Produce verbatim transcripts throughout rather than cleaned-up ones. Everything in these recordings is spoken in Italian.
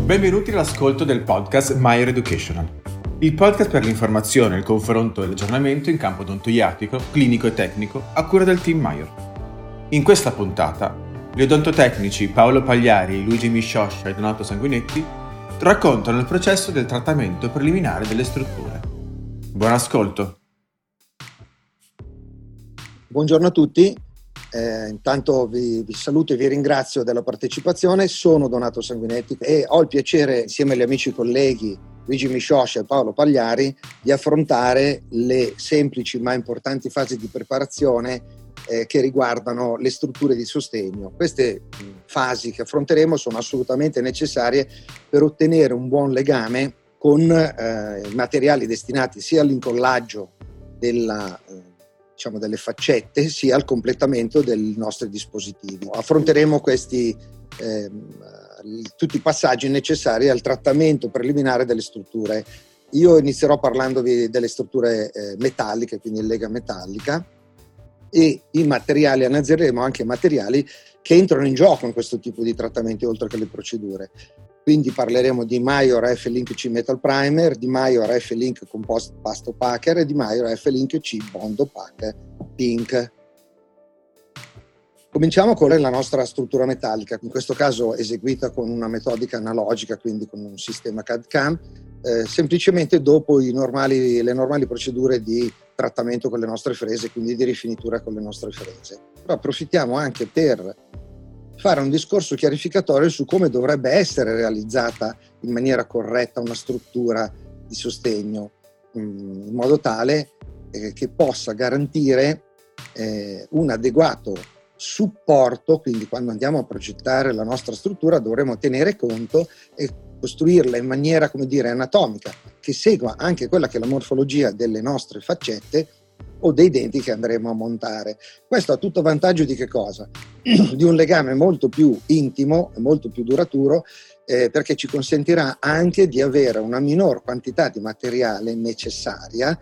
Benvenuti all'ascolto del podcast Maior Educational, il podcast per l'informazione, il confronto e l'aggiornamento in campo odontoiatrico, clinico e tecnico a cura del team Maior. In questa puntata, gli odontotecnici Paolo Pagliari, Luigi Miscioscia e Donato Sanguinetti raccontano il processo del trattamento preliminare delle strutture. Buon ascolto! Buongiorno a tutti. Eh, intanto vi, vi saluto e vi ringrazio della partecipazione. Sono Donato Sanguinetti e ho il piacere, insieme agli amici colleghi Luigi Miscioscia e Paolo Pagliari, di affrontare le semplici ma importanti fasi di preparazione eh, che riguardano le strutture di sostegno. Queste mh, fasi che affronteremo sono assolutamente necessarie per ottenere un buon legame con eh, i materiali destinati sia all'incollaggio della eh, diciamo delle faccette sia al completamento dei nostri dispositivi. Affronteremo questi eh, tutti i passaggi necessari al trattamento preliminare delle strutture. Io inizierò parlandovi delle strutture eh, metalliche, quindi in lega metallica, e i materiali, analizzeremo anche materiali che entrano in gioco in questo tipo di trattamenti oltre che le procedure. Quindi parleremo di Maior F-Link C Metal Primer, di Maior F-Link Composite Pasto Packer e di Maior F-Link C Bond Opaque Pink. Cominciamo con la nostra struttura metallica, in questo caso eseguita con una metodica analogica, quindi con un sistema C A D C A M, eh, semplicemente dopo i normali, le normali procedure di trattamento con le nostre frese, quindi di rifinitura con le nostre frese. Però approfittiamo anche per fare un discorso chiarificatorio su come dovrebbe essere realizzata in maniera corretta una struttura di sostegno, in modo tale eh, che possa garantire eh, un adeguato supporto. Quindi quando andiamo a progettare la nostra struttura dovremo tenere conto e costruirla in maniera, come dire, anatomica, che segua anche quella che è la morfologia delle nostre faccette o dei denti che andremo a montare. Questo a tutto vantaggio di che cosa? Di un legame molto più intimo e molto più duraturo, eh, perché ci consentirà anche di avere una minor quantità di materiale necessaria,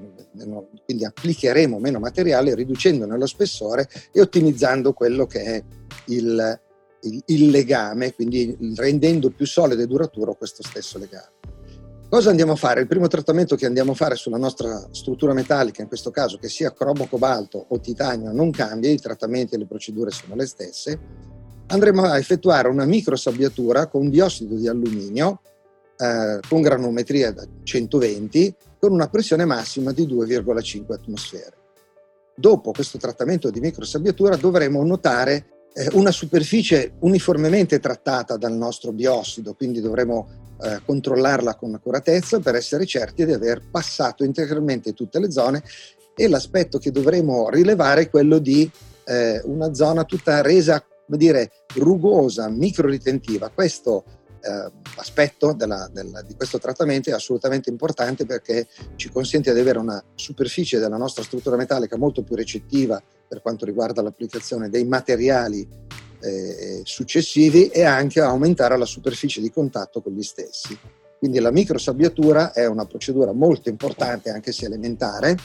quindi applicheremo meno materiale riducendone lo spessore e ottimizzando quello che è il, il, il legame, quindi rendendo più solido e duraturo questo stesso legame. Cosa andiamo a fare? Il primo trattamento che andiamo a fare sulla nostra struttura metallica, in questo caso che sia cromo cobalto o titanio, non cambia, i trattamenti e le procedure sono le stesse. Andremo a effettuare una microsabbiatura con diossido di alluminio eh, con granometria da centoventi con una pressione massima di due virgola cinque atmosfere. Dopo questo trattamento di microsabbiatura dovremo notare eh, una superficie uniformemente trattata dal nostro biossido, quindi dovremo eh, controllarla con accuratezza per essere certi di aver passato integralmente tutte le zone, e l'aspetto che dovremo rilevare è quello di eh, una zona tutta resa, come dire, rugosa, micro ritentiva. Questo eh, aspetto della, della, di questo trattamento è assolutamente importante perché ci consente di avere una superficie della nostra struttura metallica molto più recettiva per quanto riguarda l'applicazione dei materiali eh, successivi e anche aumentare la superficie di contatto con gli stessi. Quindi la microsabbiatura è una procedura molto importante, anche se elementare,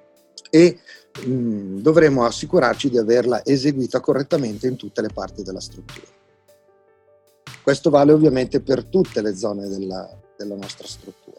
e mh, dovremo assicurarci di averla eseguita correttamente in tutte le parti della struttura. Questo vale ovviamente per tutte le zone della, della nostra struttura.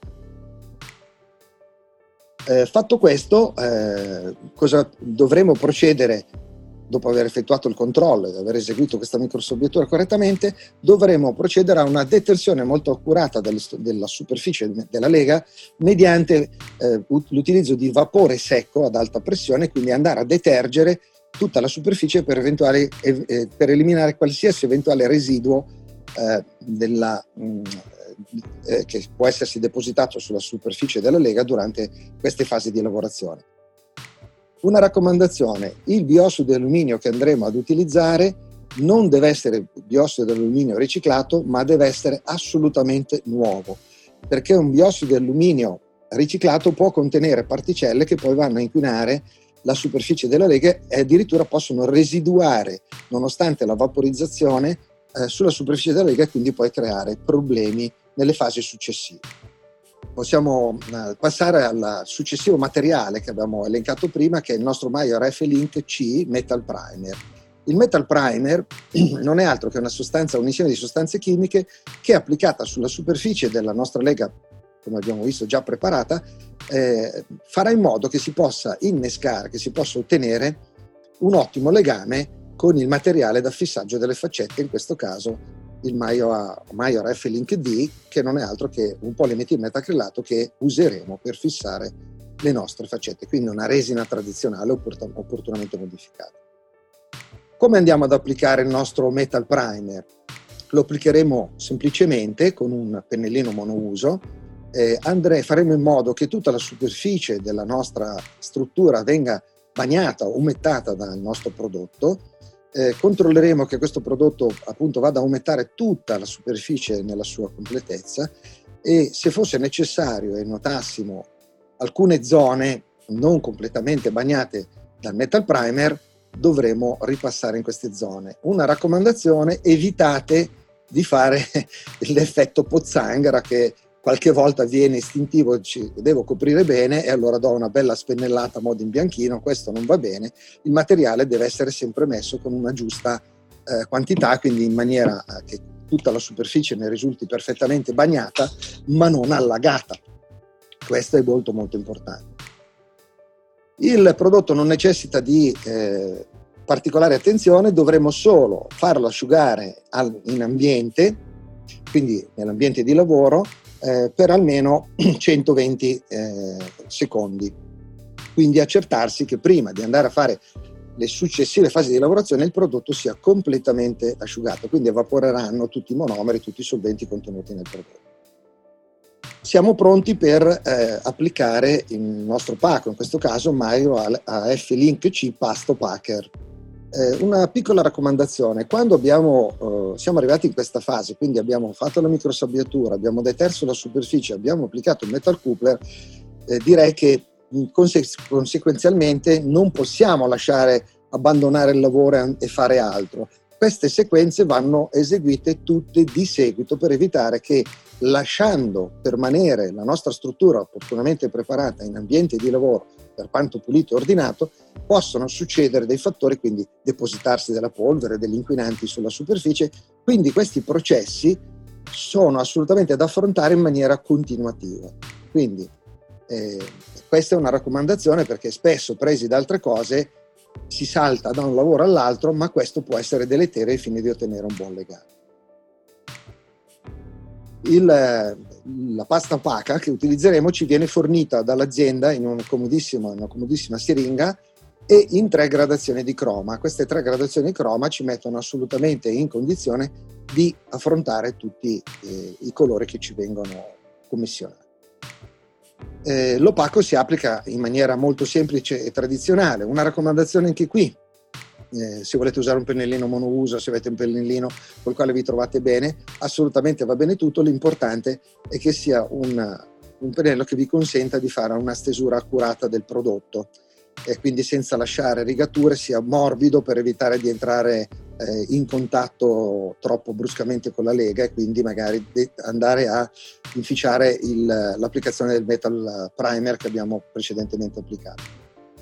Eh, fatto questo, eh, cosa dovremo procedere dopo aver effettuato il controllo e aver eseguito questa microsabbiatura correttamente? Dovremo procedere a una detersione molto accurata delle, della superficie della lega mediante eh, l'utilizzo di vapore secco ad alta pressione, quindi andare a detergere tutta la superficie per, eventuali, eh, per eliminare qualsiasi eventuale residuo eh, della, mh, eh, che può essersi depositato sulla superficie della lega durante queste fasi di lavorazione. Una raccomandazione: il biossido di alluminio che andremo ad utilizzare non deve essere biossido di alluminio riciclato, ma deve essere assolutamente nuovo, perché un biossido di alluminio riciclato può contenere particelle che poi vanno a inquinare la superficie della lega e addirittura possono residuare, nonostante la vaporizzazione, eh, sulla superficie della lega, e quindi poi creare problemi nelle fasi successive. Possiamo eh, passare al successivo materiale che abbiamo elencato prima, che è il nostro Maior F-Link C Metal Primer. Il metal primer non è altro che una sostanza, un insieme di sostanze chimiche che, applicata sulla superficie della nostra lega, come abbiamo visto già preparata, eh, farà in modo che si possa innescare, che si possa ottenere un ottimo legame con il materiale da fissaggio delle faccette, in questo caso il Major, Major F-Link D, che non è altro che un polimetilmetacrilato che useremo per fissare le nostre faccette, quindi una resina tradizionale opportunamente modificata. Come andiamo ad applicare il nostro metal primer? Lo applicheremo semplicemente con un pennellino monouso. Eh, andre, faremo in modo che tutta la superficie della nostra struttura venga bagnata, umettata dal nostro prodotto. Eh, controlleremo che questo prodotto appunto vada a umettare tutta la superficie nella sua completezza, e se fosse necessario e notassimo alcune zone non completamente bagnate dal metal primer, dovremo ripassare in queste zone. Una raccomandazione: evitate di fare l'effetto pozzanghera, che qualche volta viene istintivo, ci devo coprire bene e allora do una bella spennellata a modo in bianchino. Questo non va bene. Il materiale deve essere sempre messo con una giusta eh, quantità, quindi in maniera eh, che tutta la superficie ne risulti perfettamente bagnata ma non allagata. Questo è molto molto importante. Il prodotto non necessita di eh, particolare attenzione, dovremo solo farlo asciugare al, in ambiente, quindi nell'ambiente di lavoro, eh, per almeno centoventi eh, secondi. Quindi accertarsi che prima di andare a fare le successive fasi di lavorazione il prodotto sia completamente asciugato, quindi evaporeranno tutti i monomeri, tutti i solventi contenuti nel prodotto. Siamo pronti per eh, applicare il nostro pacco, in questo caso Major A F-Link C Pasto Packer. Eh, una piccola raccomandazione: quando abbiamo, eh, siamo arrivati in questa fase, quindi abbiamo fatto la microsabbiatura, abbiamo deterso la superficie, abbiamo applicato il metal coupler, eh, direi che conse- conseguenzialmente non possiamo lasciare abbandonare il lavoro e fare altro. Queste sequenze vanno eseguite tutte di seguito per evitare che, lasciando permanere la nostra struttura opportunamente preparata in ambiente di lavoro, per quanto pulito e ordinato, possono succedere dei fattori, quindi depositarsi della polvere, degli inquinanti sulla superficie. Quindi questi processi sono assolutamente da affrontare in maniera continuativa. Quindi eh, questa è una raccomandazione, perché spesso, presi da altre cose, si salta da un lavoro all'altro, ma questo può essere deleterio ai fini di ottenere un buon legame. Il, la pasta opaca che utilizzeremo ci viene fornita dall'azienda in una comodissima, una comodissima siringa e in tre gradazioni di croma. Queste tre gradazioni di croma ci mettono assolutamente in condizione di affrontare tutti eh, i colori che ci vengono commissionati. Eh, l'opaco si applica in maniera molto semplice e tradizionale. Una raccomandazione anche qui: Eh, se volete usare un pennellino monouso, se avete un pennellino col quale vi trovate bene, assolutamente va bene tutto. L'importante è che sia un, un pennello che vi consenta di fare una stesura accurata del prodotto, e quindi senza lasciare rigature, sia morbido per evitare di entrare eh, in contatto troppo bruscamente con la lega e quindi magari andare a inficiare il, l'applicazione del metal primer che abbiamo precedentemente applicato.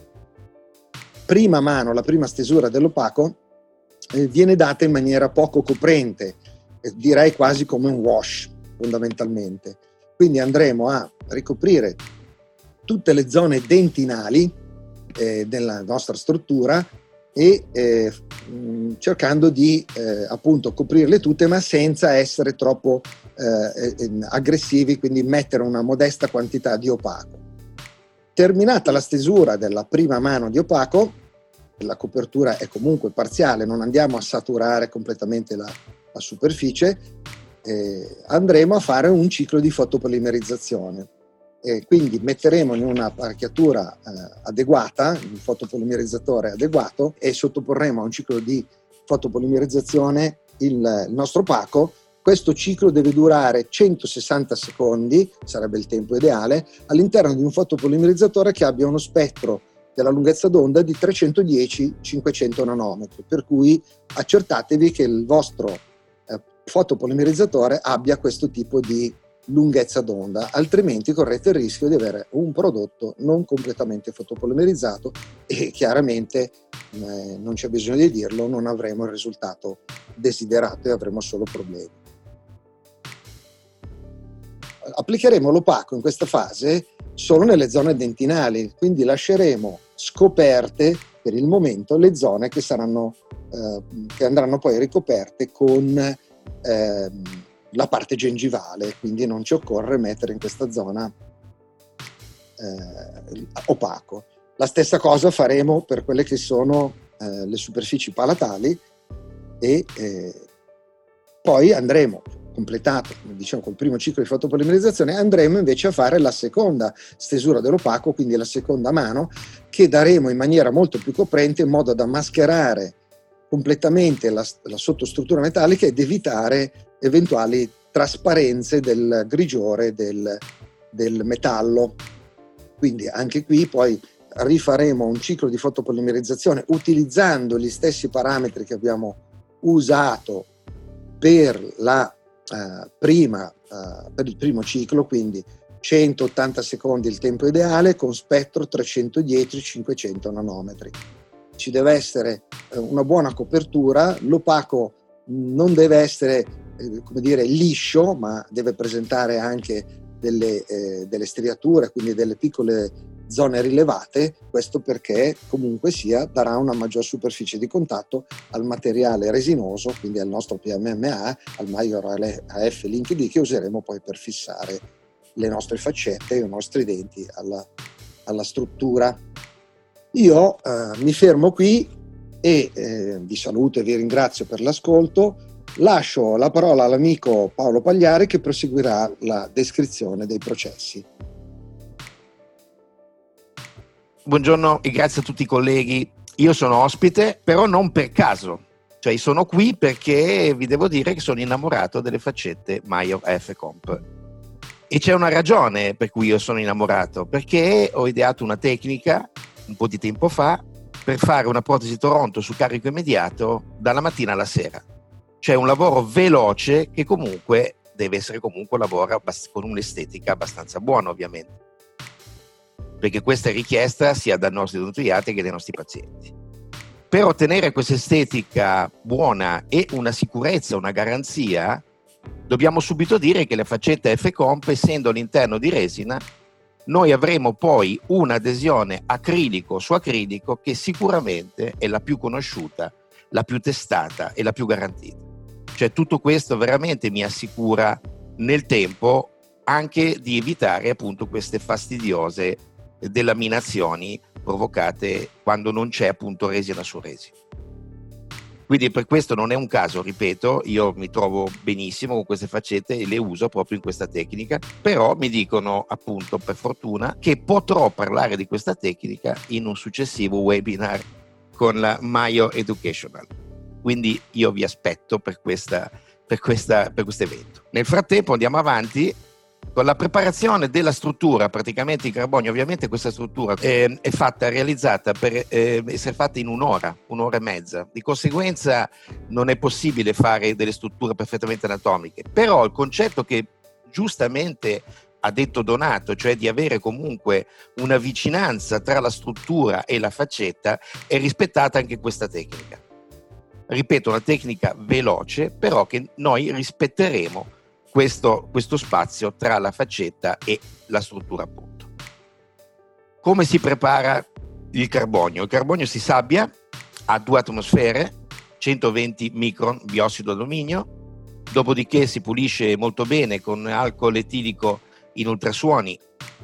Prima mano, la prima stesura dell'opaco eh, viene data in maniera poco coprente, eh, direi quasi come un wash fondamentalmente. Quindi andremo a ricoprire tutte le zone dentinali eh, della nostra struttura e eh, mh, cercando di eh, appunto coprirle tutte, ma senza essere troppo eh, eh, aggressivi, quindi mettere una modesta quantità di opaco. Terminata la stesura della prima mano di opaco, la copertura è comunque parziale, non andiamo a saturare completamente la, la superficie, eh, andremo a fare un ciclo di fotopolimerizzazione. E quindi metteremo in una apparecchiatura eh, adeguata, un fotopolimerizzatore adeguato, e sottoporremo a un ciclo di fotopolimerizzazione il, il nostro opaco. Questo ciclo deve durare centosessanta secondi, sarebbe il tempo ideale, all'interno di un fotopolimerizzatore che abbia uno spettro della lunghezza d'onda di trecentodieci cinquecento nanometri, per cui accertatevi che il vostro eh, fotopolimerizzatore abbia questo tipo di lunghezza d'onda, altrimenti correte il rischio di avere un prodotto non completamente fotopolimerizzato e chiaramente, eh, non c'è bisogno di dirlo, non avremo il risultato desiderato e avremo solo problemi. Applicheremo l'opaco in questa fase solo nelle zone dentinali, quindi lasceremo scoperte per il momento le zone che saranno eh, che andranno poi ricoperte con eh, la parte gengivale, quindi non ci occorre mettere in questa zona eh, opaco. La stessa cosa faremo per quelle che sono eh, le superfici palatali e eh, poi andremo, completato, diciamo, col primo ciclo di fotopolimerizzazione, andremo invece a fare la seconda stesura dell'opaco, quindi la seconda mano, che daremo in maniera molto più coprente in modo da mascherare completamente la, la sottostruttura metallica ed evitare eventuali trasparenze del grigiore del, del metallo. Quindi anche qui poi rifaremo un ciclo di fotopolimerizzazione utilizzando gli stessi parametri che abbiamo usato per la Uh, prima uh, per il primo ciclo, quindi centottanta secondi il tempo ideale con spettro trecentodieci cinquecento nanometri. Ci deve essere uh, una buona copertura, l'opaco non deve essere eh, come dire liscio, ma deve presentare anche delle, eh, delle striature, quindi delle piccole zone rilevate, questo perché comunque sia darà una maggior superficie di contatto al materiale resinoso, quindi al nostro P M M A, al Major A F Link D, che useremo poi per fissare le nostre faccette e i nostri denti alla, alla struttura. Io eh, mi fermo qui e eh, vi saluto e vi ringrazio per l'ascolto. Lascio la parola all'amico Paolo Pagliari che proseguirà la descrizione dei processi. Buongiorno e grazie a tutti i colleghi. Io sono ospite, però non per caso. Cioè sono qui perché vi devo dire che sono innamorato delle faccette Major A F Comp. E c'è una ragione per cui io sono innamorato, perché ho ideato una tecnica un po' di tempo fa per fare una protesi Toronto su carico immediato dalla mattina alla sera. Cioè un lavoro veloce che comunque deve essere comunque un lavoro con un'estetica abbastanza buona, ovviamente, perché questa è richiesta sia dai nostri odontoiatri che dai nostri pazienti. Per ottenere questa estetica buona e una sicurezza, una garanzia, dobbiamo subito dire che la faccetta F Comp, essendo all'interno di resina, noi avremo poi un'adesione acrilico su acrilico che sicuramente è la più conosciuta, la più testata e la più garantita. Cioè tutto questo veramente mi assicura nel tempo anche di evitare appunto queste fastidiose delaminazioni provocate quando non c'è appunto resina su resina. Quindi per questo non è un caso, ripeto, io mi trovo benissimo con queste faccette e le uso proprio in questa tecnica, però mi dicono appunto per fortuna che potrò parlare di questa tecnica in un successivo webinar con la Major Educational. Quindi io vi aspetto per questa, per questa, per questo evento. Nel frattempo andiamo avanti con la preparazione della struttura, praticamente in carbonio. Ovviamente questa struttura eh, è fatta, realizzata per eh, essere fatta in un'ora, un'ora e mezza. Di conseguenza non è possibile fare delle strutture perfettamente anatomiche. Però il concetto che giustamente ha detto Donato, cioè di avere comunque una vicinanza tra la struttura e la faccetta, è rispettata anche questa tecnica. Ripeto, una tecnica veloce, però che noi rispetteremo questo, questo spazio tra la faccetta e la struttura appunto. Come si prepara il carbonio? Il carbonio si sabbia a due atmosfere, centoventi micron biossido d'alluminio, dopodiché si pulisce molto bene con alcol etilico in ultrasuoni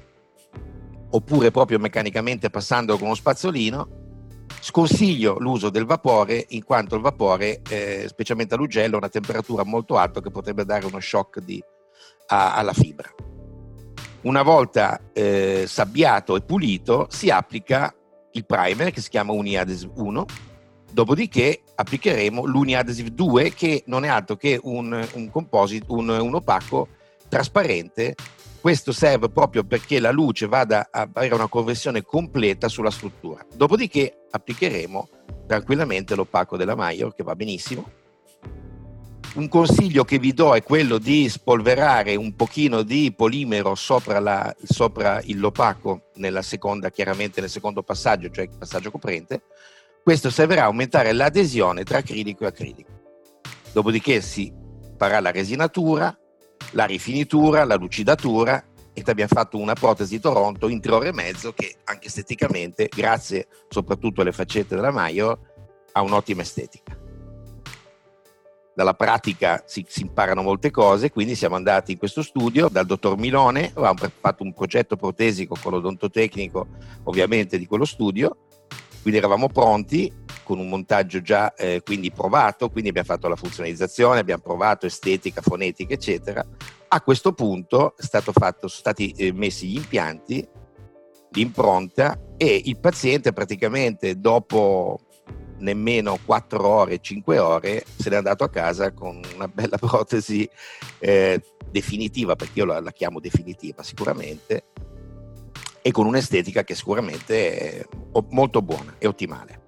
oppure proprio meccanicamente passando con uno spazzolino. Sconsiglio l'uso del vapore in quanto il vapore, eh, specialmente all'ugello, ha una temperatura molto alta che potrebbe dare uno shock di, a, alla fibra. Una volta eh, sabbiato e pulito si applica il primer che si chiama Uni-Adhesive uno, dopodiché applicheremo l'Uni-Adhesive due che non è altro che un, un composite, un, un opaco trasparente. Questo serve proprio perché la luce vada a avere una conversione completa sulla struttura. Dopodiché applicheremo tranquillamente l'opaco della Major, che va benissimo, un consiglio che vi do è quello di spolverare un pochino di polimero sopra, la, sopra il lopaco nella seconda, chiaramente nel secondo passaggio, cioè il passaggio coprente. Questo servirà a aumentare l'adesione tra acrilico e acrilico. Dopodiché si farà la resinatura, la rifinitura, la lucidatura, e ti abbiamo fatto una protesi Toronto in tre ore e mezzo che anche esteticamente, grazie soprattutto alle faccette della Maior, ha un'ottima estetica. Dalla pratica si, si imparano molte cose, quindi siamo andati in questo studio dal dottor Milone, avevamo fatto un progetto protesico con l'odontotecnico ovviamente di quello studio, quindi eravamo pronti con un montaggio già eh, quindi provato, quindi abbiamo fatto la funzionalizzazione, abbiamo provato estetica, fonetica eccetera. A questo punto è stato fatto, sono stati eh, messi gli impianti, l'impronta, e il paziente praticamente dopo nemmeno quattro ore, cinque ore se n'è andato a casa con una bella protesi eh, definitiva, perché io la, la chiamo definitiva sicuramente, e con un'estetica che sicuramente è molto buona e ottimale.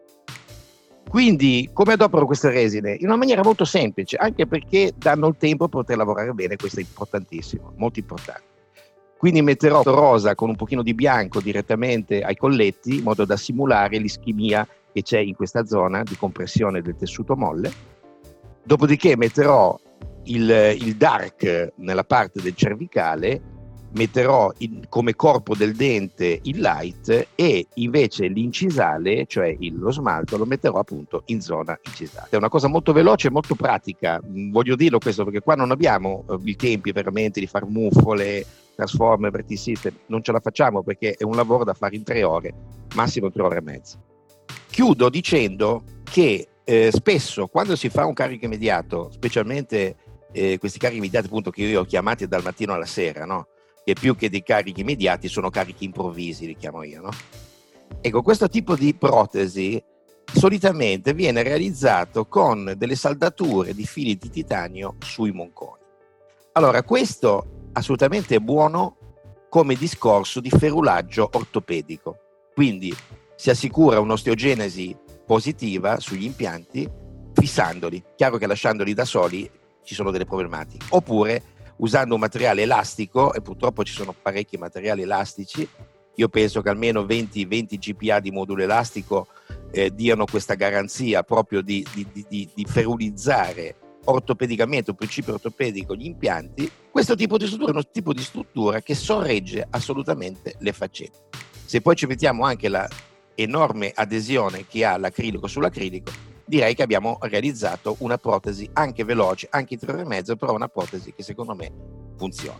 Quindi come adopero queste resine? In una maniera molto semplice, anche perché danno il tempo per poter lavorare bene, questo è importantissimo, molto importante. Quindi metterò rosa con un pochino di bianco direttamente ai colletti in modo da simulare l'ischemia che c'è in questa zona di compressione del tessuto molle. Dopodiché metterò il, il dark nella parte del cervicale, metterò in, come corpo del dente il light, e invece l'incisale, cioè il, lo smalto, lo metterò appunto in zona incisale. È una cosa molto veloce e molto pratica, voglio dirlo questo perché qua non abbiamo eh, i tempi veramente di far muffole, transformer, vertice system, non ce la facciamo perché è un lavoro da fare in tre ore, massimo tre ore e mezza. Chiudo dicendo che eh, spesso quando si fa un carico immediato, specialmente eh, questi carichi immediati appunto che io ho chiamati dal mattino alla sera, no? Che più che dei carichi immediati sono carichi improvvisi, li chiamo io, no? Ecco, questo tipo di protesi solitamente viene realizzato con delle saldature di fili di titanio sui monconi. Allora, questo assolutamente è buono come discorso di ferulaggio ortopedico, quindi si assicura un'osteogenesi positiva sugli impianti fissandoli. Chiaro che lasciandoli da soli ci sono delle problematiche, oppure usando un materiale elastico, e purtroppo ci sono parecchi materiali elastici. Io penso che almeno venti, venti G P A di modulo elastico eh, diano questa garanzia proprio di, di, di, di ferulizzare ortopedicamente, un principio ortopedico, gli impianti. Questo tipo di struttura è uno tipo di struttura che sorregge assolutamente le faccette. Se poi ci mettiamo anche la enorme adesione che ha l'acrilico sull'acrilico, direi che abbiamo realizzato una protesi anche veloce, anche in tre ore e mezzo, però una protesi che secondo me funziona.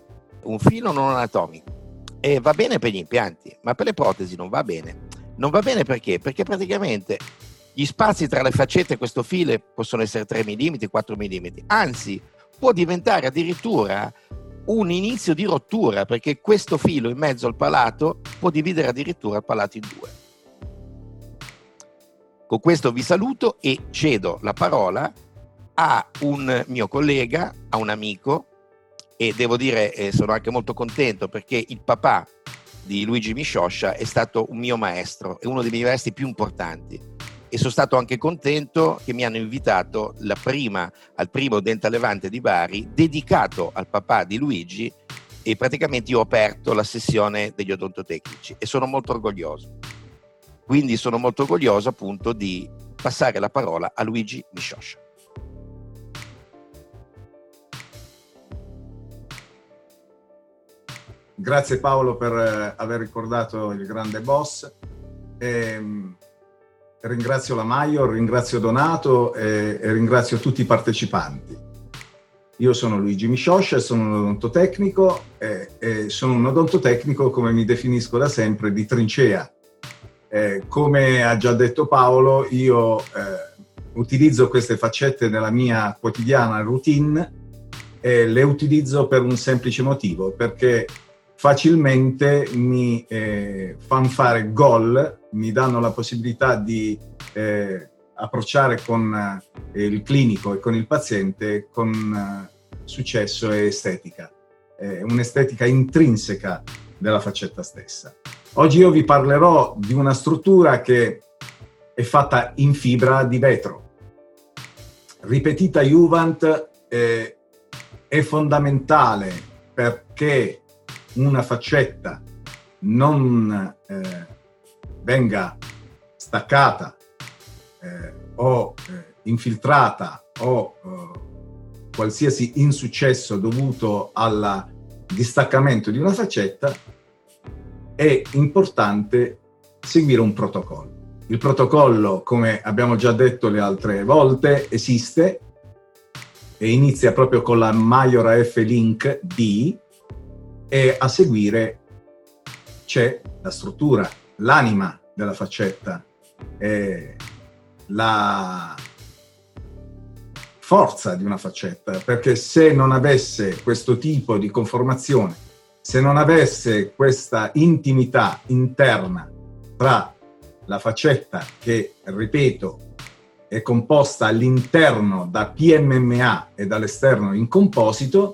Un filo non anatomico, e va bene per gli impianti, ma per le protesi non va bene. Non va bene perché? Perché praticamente gli spazi tra le faccette, questo filo, possono essere tre millimetri, quattro millimetri, anzi può diventare addirittura un inizio di rottura, perché questo filo in mezzo al palato può dividere addirittura il palato in due. Con questo vi saluto e cedo la parola a un mio collega, a un amico, e devo dire eh, sono anche molto contento perché il papà di Luigi Miscioscia è stato un mio maestro, è uno dei miei maestri più importanti, e sono stato anche contento che mi hanno invitato la prima, al primo Dental Levante di Bari, dedicato al papà di Luigi, e praticamente io ho aperto la sessione degli odontotecnici e sono molto orgoglioso. Quindi sono molto orgoglioso appunto di passare la parola a Luigi Miscioscia. Grazie Paolo per eh, aver ricordato il grande boss. E, ringrazio la Maior, ringrazio Donato e, e ringrazio tutti i partecipanti. Io sono Luigi Miscioscia, sono un odontotecnico e, e sono un odontotecnico, come mi definisco da sempre, di trincea. Eh, come ha già detto Paolo, io eh, utilizzo queste faccette nella mia quotidiana routine e le utilizzo per un semplice motivo, perché facilmente mi eh, fanno fare gol, mi danno la possibilità di eh, approcciare con eh, il clinico e con il paziente con eh, successo e estetica, eh, un'estetica intrinseca della faccetta stessa. Oggi io vi parlerò di una struttura che è fatta in fibra di vetro, ripetita iuvant eh, è fondamentale perché una faccetta non eh, venga staccata eh, o eh, infiltrata o eh, qualsiasi insuccesso dovuto al distaccamento di una faccetta, è importante seguire un protocollo. Il protocollo, come abbiamo già detto le altre volte, esiste e inizia proprio con la Major A F Link D, e a seguire c'è la struttura, l'anima della faccetta, eh, la forza di una faccetta, perché se non avesse questo tipo di conformazione, se non avesse questa intimità interna tra la faccetta, che, ripeto, è composta all'interno da P M M A e dall'esterno in composito,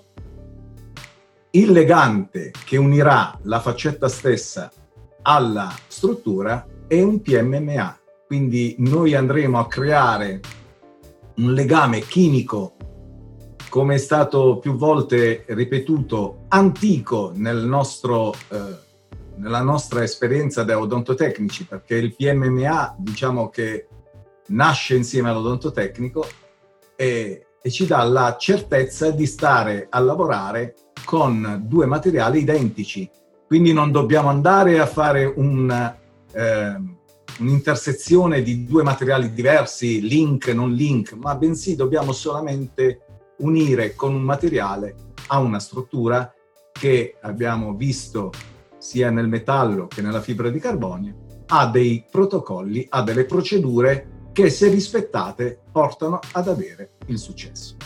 il legante che unirà la faccetta stessa alla struttura è un P M M A. Quindi noi andremo a creare un legame chimico, come è stato più volte ripetuto, antico nel nostro, eh, nella nostra esperienza da odontotecnici, perché il P M M A, diciamo che nasce insieme all'odontotecnico e, e ci dà la certezza di stare a lavorare con due materiali identici. Quindi non dobbiamo andare a fare un, eh, un'intersezione di due materiali diversi, link, non link, ma bensì dobbiamo solamente unire con un materiale a una struttura che abbiamo visto sia nel metallo che nella fibra di carbonio, ha dei protocolli, ha delle procedure che, se rispettate, portano ad avere il successo.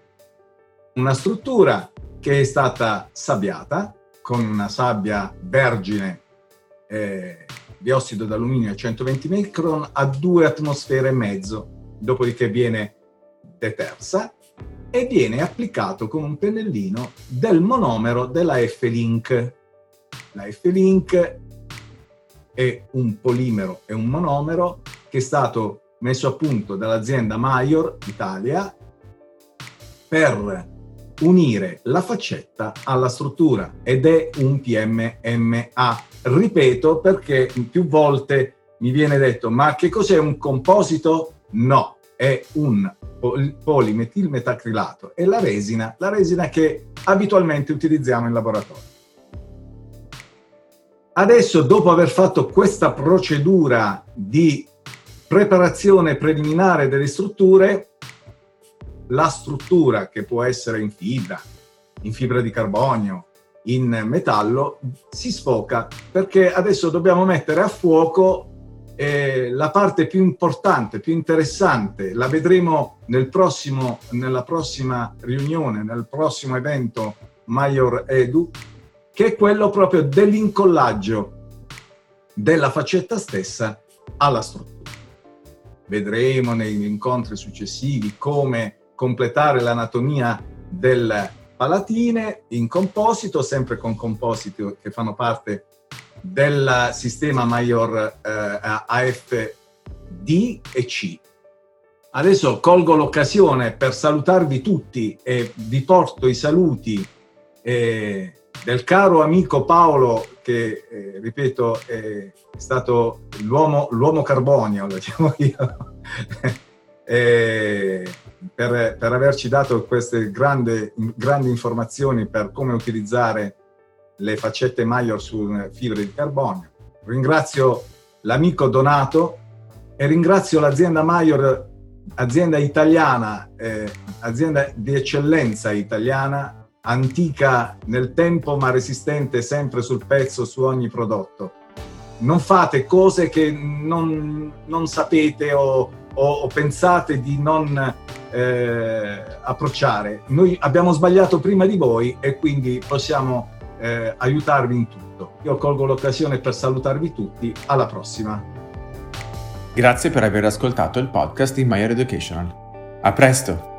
Una struttura che è stata sabbiata con una sabbia vergine eh, di ossido d'alluminio a centoventi micron a due atmosfere e mezzo, dopodiché viene detersa e viene applicato con un pennellino del monomero della F Link. La F Link è un polimero, è un monomero che è stato messo a punto dall'azienda Major Italia per unire la faccetta alla struttura, ed è un P M M A. Ripeto, perché più volte mi viene detto: ma che cos'è un composito? No, è un polimetilmetacrilato, è la resina, la resina che abitualmente utilizziamo in laboratorio. Adesso, dopo aver fatto questa procedura di preparazione preliminare delle strutture, la struttura, che può essere in fibra, in fibra di carbonio, in metallo, si sfoca, perché adesso dobbiamo mettere a fuoco eh, la parte più importante, più interessante. La vedremo nel prossimo, nella prossima riunione, nel prossimo evento Major Edu, che è quello proprio dell'incollaggio della faccetta stessa alla struttura. Vedremo negli incontri successivi come completare l'anatomia del palatine in composito, sempre con compositi che fanno parte del sistema Major eh, A F D e C. Adesso colgo l'occasione per salutarvi tutti e vi porto i saluti eh, del caro amico Paolo, che eh, ripeto è stato l'uomo, l'uomo carbonio, lo chiamo io, e per, per averci dato queste grandi, grandi informazioni per come utilizzare le faccette Major su fibre di carbonio. Ringrazio l'amico Donato e ringrazio l'azienda Major, azienda italiana, eh, azienda di eccellenza italiana, antica nel tempo ma resistente sempre sul pezzo su ogni prodotto. Non fate cose che non, non sapete o, o, o pensate di non eh, approcciare. Noi abbiamo sbagliato prima di voi e quindi possiamo eh, aiutarvi in tutto. Io colgo l'occasione per salutarvi tutti. Alla prossima. Grazie per aver ascoltato il podcast di Major Educational. A presto!